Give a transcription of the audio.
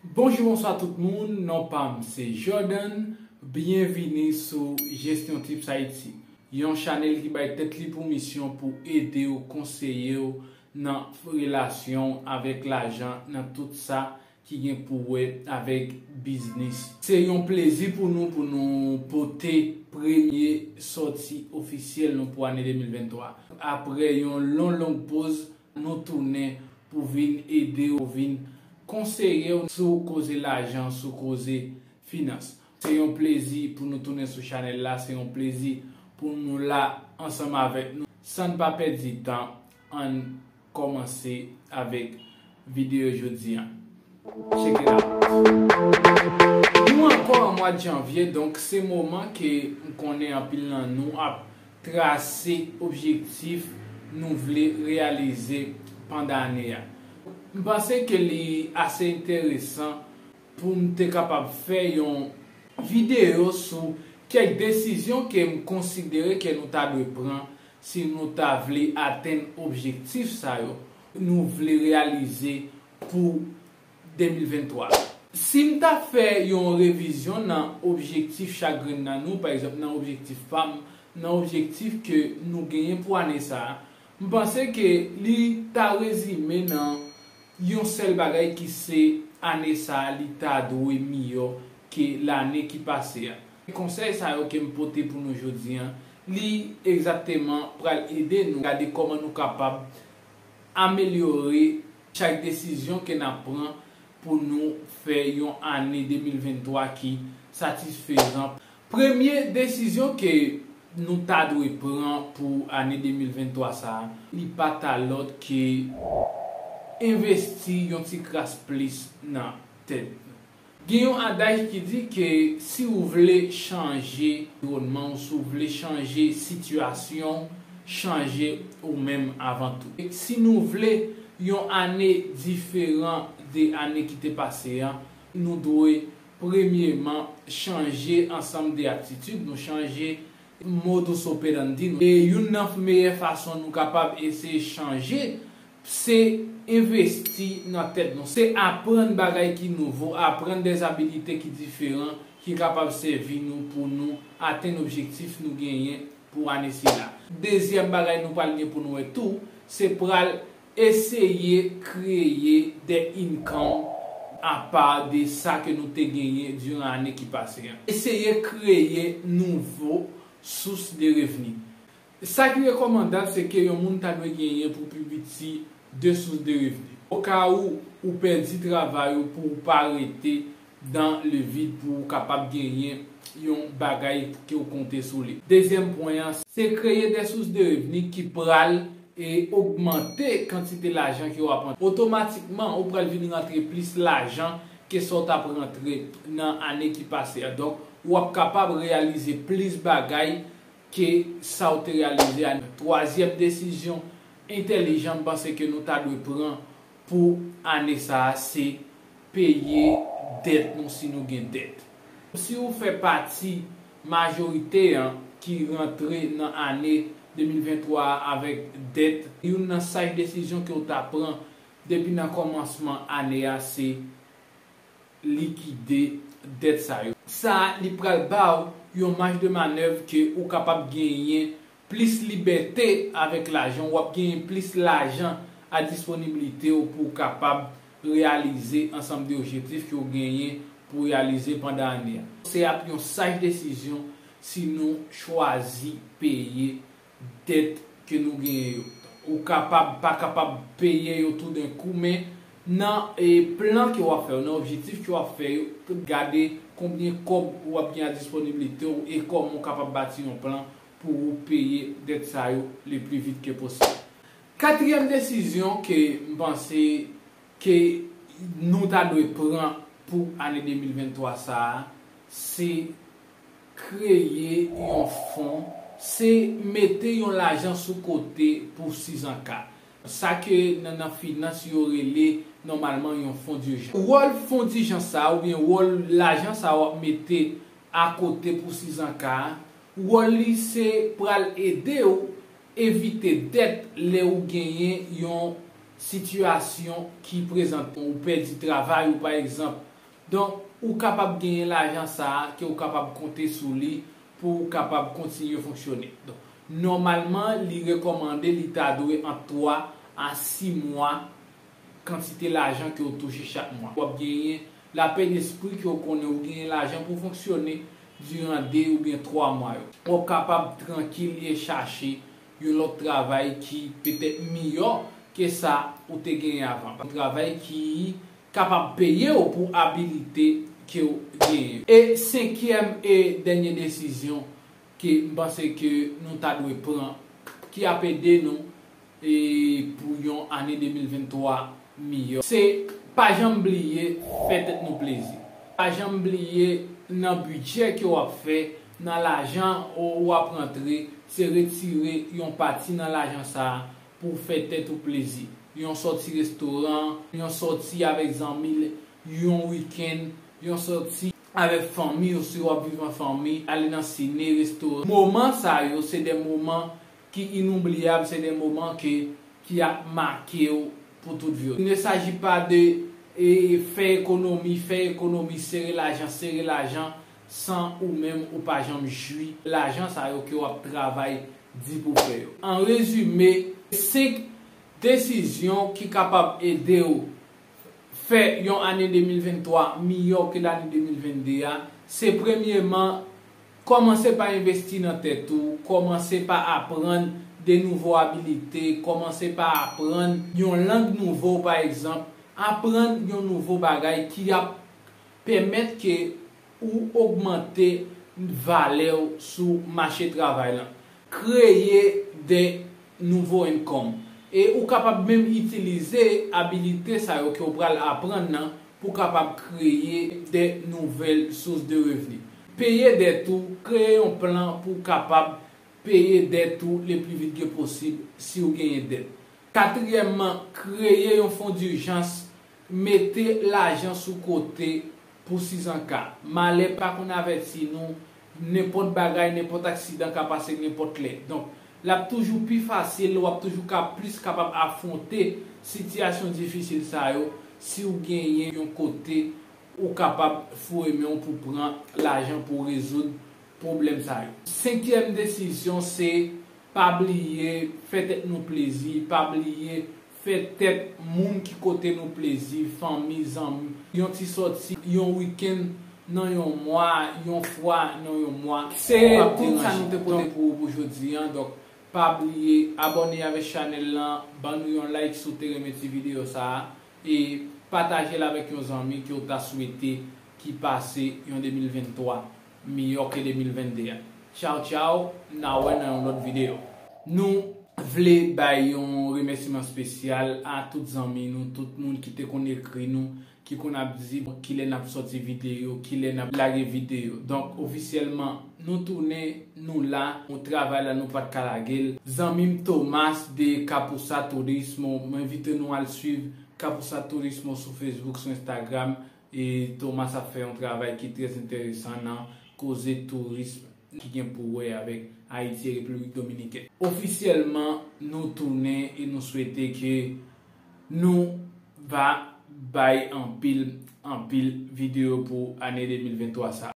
Bonjour, bonsoir tout le monde. Non pas, c'est Jordan. Bienvenue sur Gestion Tips Haïti. Yon channel qui va être pour mission pour aider ou conseiller dans relation avec l'argent, dans tout ça qui vient pour avec business. C'est un plaisir pour nous porter premier sortie officielle pour l'année 2023. Après une longue pause, nous tournons pour venir aider ou venir conseiller sur causer l'argent, sur causer finance. C'est un plaisir pour nous tourner sur channel là, c'est un plaisir pour nous là ensemble avec nous. Sans ne pas perdre du temps, on commence avec vidéo aujourd'hui. Check it out. Nous encore en mois de janvier, donc c'est le moment que nous connaissons en pile nous à tracer objectif nous voulons réaliser pendant l'année. Je pense que c'est assez intéressant pour nous être capable de faire une vidéo sur quelques décisions que je considère que nous devons prendre si nous voulons atteindre l'objectif que nous voulons réaliser pour 2023. Si nous avons fait une révision dans l'objectif chacun de nous, par exemple dans l'objectif femme, dans l'objectif que nous gagnons pour l'année, je pense que l'État résumé dans yon seul bagay qui c'est année ça l'État doit mieux que l'année qui passée. Le conseil ça que me porter pour nous aujourd'hui, li exactement pour aider nous regarder comment nous capable améliorer chaque décision que nous prenons pour nous faire une année 2023 qui satisfaisante. Première décision que nous devons prendre pour l'année 2023 ça, li pas ta l'autre que investir un petit crasse plus dans tête. Il y a un adage qui dit que si vous voulez changer environnement, si vous voulez changer situation, changer ou même avant tout. Et si nous voulons une année différente des années qui étaient passées, nous devons premièrement changer ensemble des attitudes, nous changer modus operandi. Et une meilleure façon nous capable d'essayer de changer, c'est investir dans la tête. C'est apprendre des choses qui nouveau, apprendre des habilités qui différentes, qui sont capables de servir nous pour nous atteindre l'objectif nous gagner pour l'année. Deuxième bagage nous parlons pour nous et tout, c'est pour essayer de créer des incomes à part de ça que nous avons gagné durant l'année qui passe. Essayer de créer nouveau sources de revenus. Ça qui est recommandable, c'est que les gens doivent gagner pour publier deux sources de revenus. Au cas où vous perdez le travail pour ne pas arrêter dans le vide pour capable de gagner un bagage que vous comptez sur lui. Deuxième point, c'est créer des sources de revenus qui pourraient et augmenter la quantité d'argent que vous avez. Automatiquement, vous pourrez venir rentrer plus l'argent que ce que vous avez rentré dans l'année qui passe. Donc, vous êtes capable de réaliser plus de bagailles que ça a été réalisé. Troisième décision intelligente parce que nous devons prendre pour l'année, c'est payer dette si nous avons dette. Si vous faites partie majorité qui rentre dans l'année 2023 avec dette, une sage décision que vous prenez depuis le commencement de l'année, c'est liquider dette. Ça, il prend une marge de manœuvre que vous êtes capable de gagner plus liberté avec l'argent, ou gagner plus l'argent à disponibilité pour capable réaliser ensemble d'objectifs que vous gagnez pour réaliser pendant l'année. C'est une sage décision si nous choisissons payer dette que nous gagnons. Ou pas capable de payer tout d'un coup, mais dans le plan que vous avez fait, dans l'objectif que vous avez fait, regardez combien vous avez à disponibilité et comment vous êtes capable de bâtir un plan pour vous payer dette ça le plus vite que possible. Quatrième décision que je pense que nous devons prendre pour l'année 2023, c'est créer un fonds, c'est mettre l'argent sur côté pour 6 ans. Ça que dans la finance, il y aurait normalement un fonds d'urgence. Ou le fonds d'urgence, ou bien l'argent, ça va mettre à côté pour 6 ans. Ou c'est pour aider ou éviter dette les ou gagner une situation qui présente ou perd du travail ou par exemple Donc, ou capable de gagner l'argent ça, que ou capable de compter sur lui pour capable de continuer à fonctionner. Donc, normalement, il recommande l'état doué en 3 à 6 mois quantité l'argent que vous touchez chaque mois. Vous gagner la paix d'esprit que vous connaissez, vous gagner l'argent pour fonctionner durant 2 ou bien 3 mois. Vous êtes capable de tranquille et chercher un autre travail qui peut-être meilleur que ça ou te gagné avant. Un travail qui est capable de payer pour habilité que vous gagnez. Et cinquième et dernière décision que je pense que nous devons prendre, qui a aidé nous et pour une année 2023 meilleure. C'est pas jamais oublier faire nous plaisir. Pas jamais oublier dans le budget que vous avez fait, dans l'argent que vous avez rentré, c'est retirer une partie dans l'argent ça pour faire tout plaisir. Yon sorti restaurant, yon sorti avec amis, yon week-end, yon sorti avec famille aussi, ou vivre en famille, aller dans le ciné, restaurant. Moments ça yo, c'est des moments qui inoubliables, c'est des moments qui a marqué pour toute vie. Il ne s'agit pas de faire économie, serrer l'argent sans ou même ou pas jamais jouir. L'argent ça yo que vous travail dit pour faire. En résumé, 5 décisions qui sont capables d'aider ou faire une année 2023 meilleure que l'année 2022. C'est premièrement, commencer par investir dans tête ou, commencer par apprendre des nouvelles habilités, commencer par apprendre une langue nouvelle par exemple, apprendre un nouveau bagage qui a permettre que ou augmenter valeur sur le marché du travail, créer des nouveaux incomes. Et ou capable même utiliser habilité ça que vous allez apprendre pour capable créer des nouvelles sources de revenus. Payer des tout, créer un plan pour capable payer des tout le plus vite que possible si vous gagnez des. Quatrièmement, créer un fonds d'urgence, mettez l'argent sous côté pour 6 ans cas. Malheur pas qu'on avertit nous n'importe bagaille, n'importe accident qui passer n'importe les. Donc là toujours plus facile, ou toujours plus capable d'affronter situation difficile ça yo, si vous gagnez un côté ou capable fouiller pour prendre l'argent pour résoudre problème ça yo. Cinquième décision c'est pas oublier faire nous plaisir, pas oublier faire tête monde qui côté nous plaisir, famille, amis, yon ti sorti, yon week-end dans un mois, yon fois dans un mois. C'est tout ça nous te porter pour aujourd'hui donc pas oublier abonner avec channel là, nous un like sur cette vidéo ça et partager avec vos amis qui ont souhaité qui passe en 2023 meilleur que 2021. Ciao ciao, na ouais dans une autre vidéo. Nous voulons bailler un remerciement spécial à tous les amis nous, tout le monde qui te connaît écrit nous, qui a dit qu'il est sorti vidéo, qu'il est la vidéo. Donc officiellement nous tournons nous là, on travaille là nous pas de Calagel. Zamim Thomas de Kapoussa Tourisme, m'invite nous à le suivre Kapoussa Tourisme sur Facebook, sur Instagram et Thomas a fait un travail qui est très intéressant dans causer tourisme qui vient pour avec Haïti et République Dominicaine. Officiellement nous tournons et nous souhaitons que nous va bailler en pile vidéo pour année 2023 ça.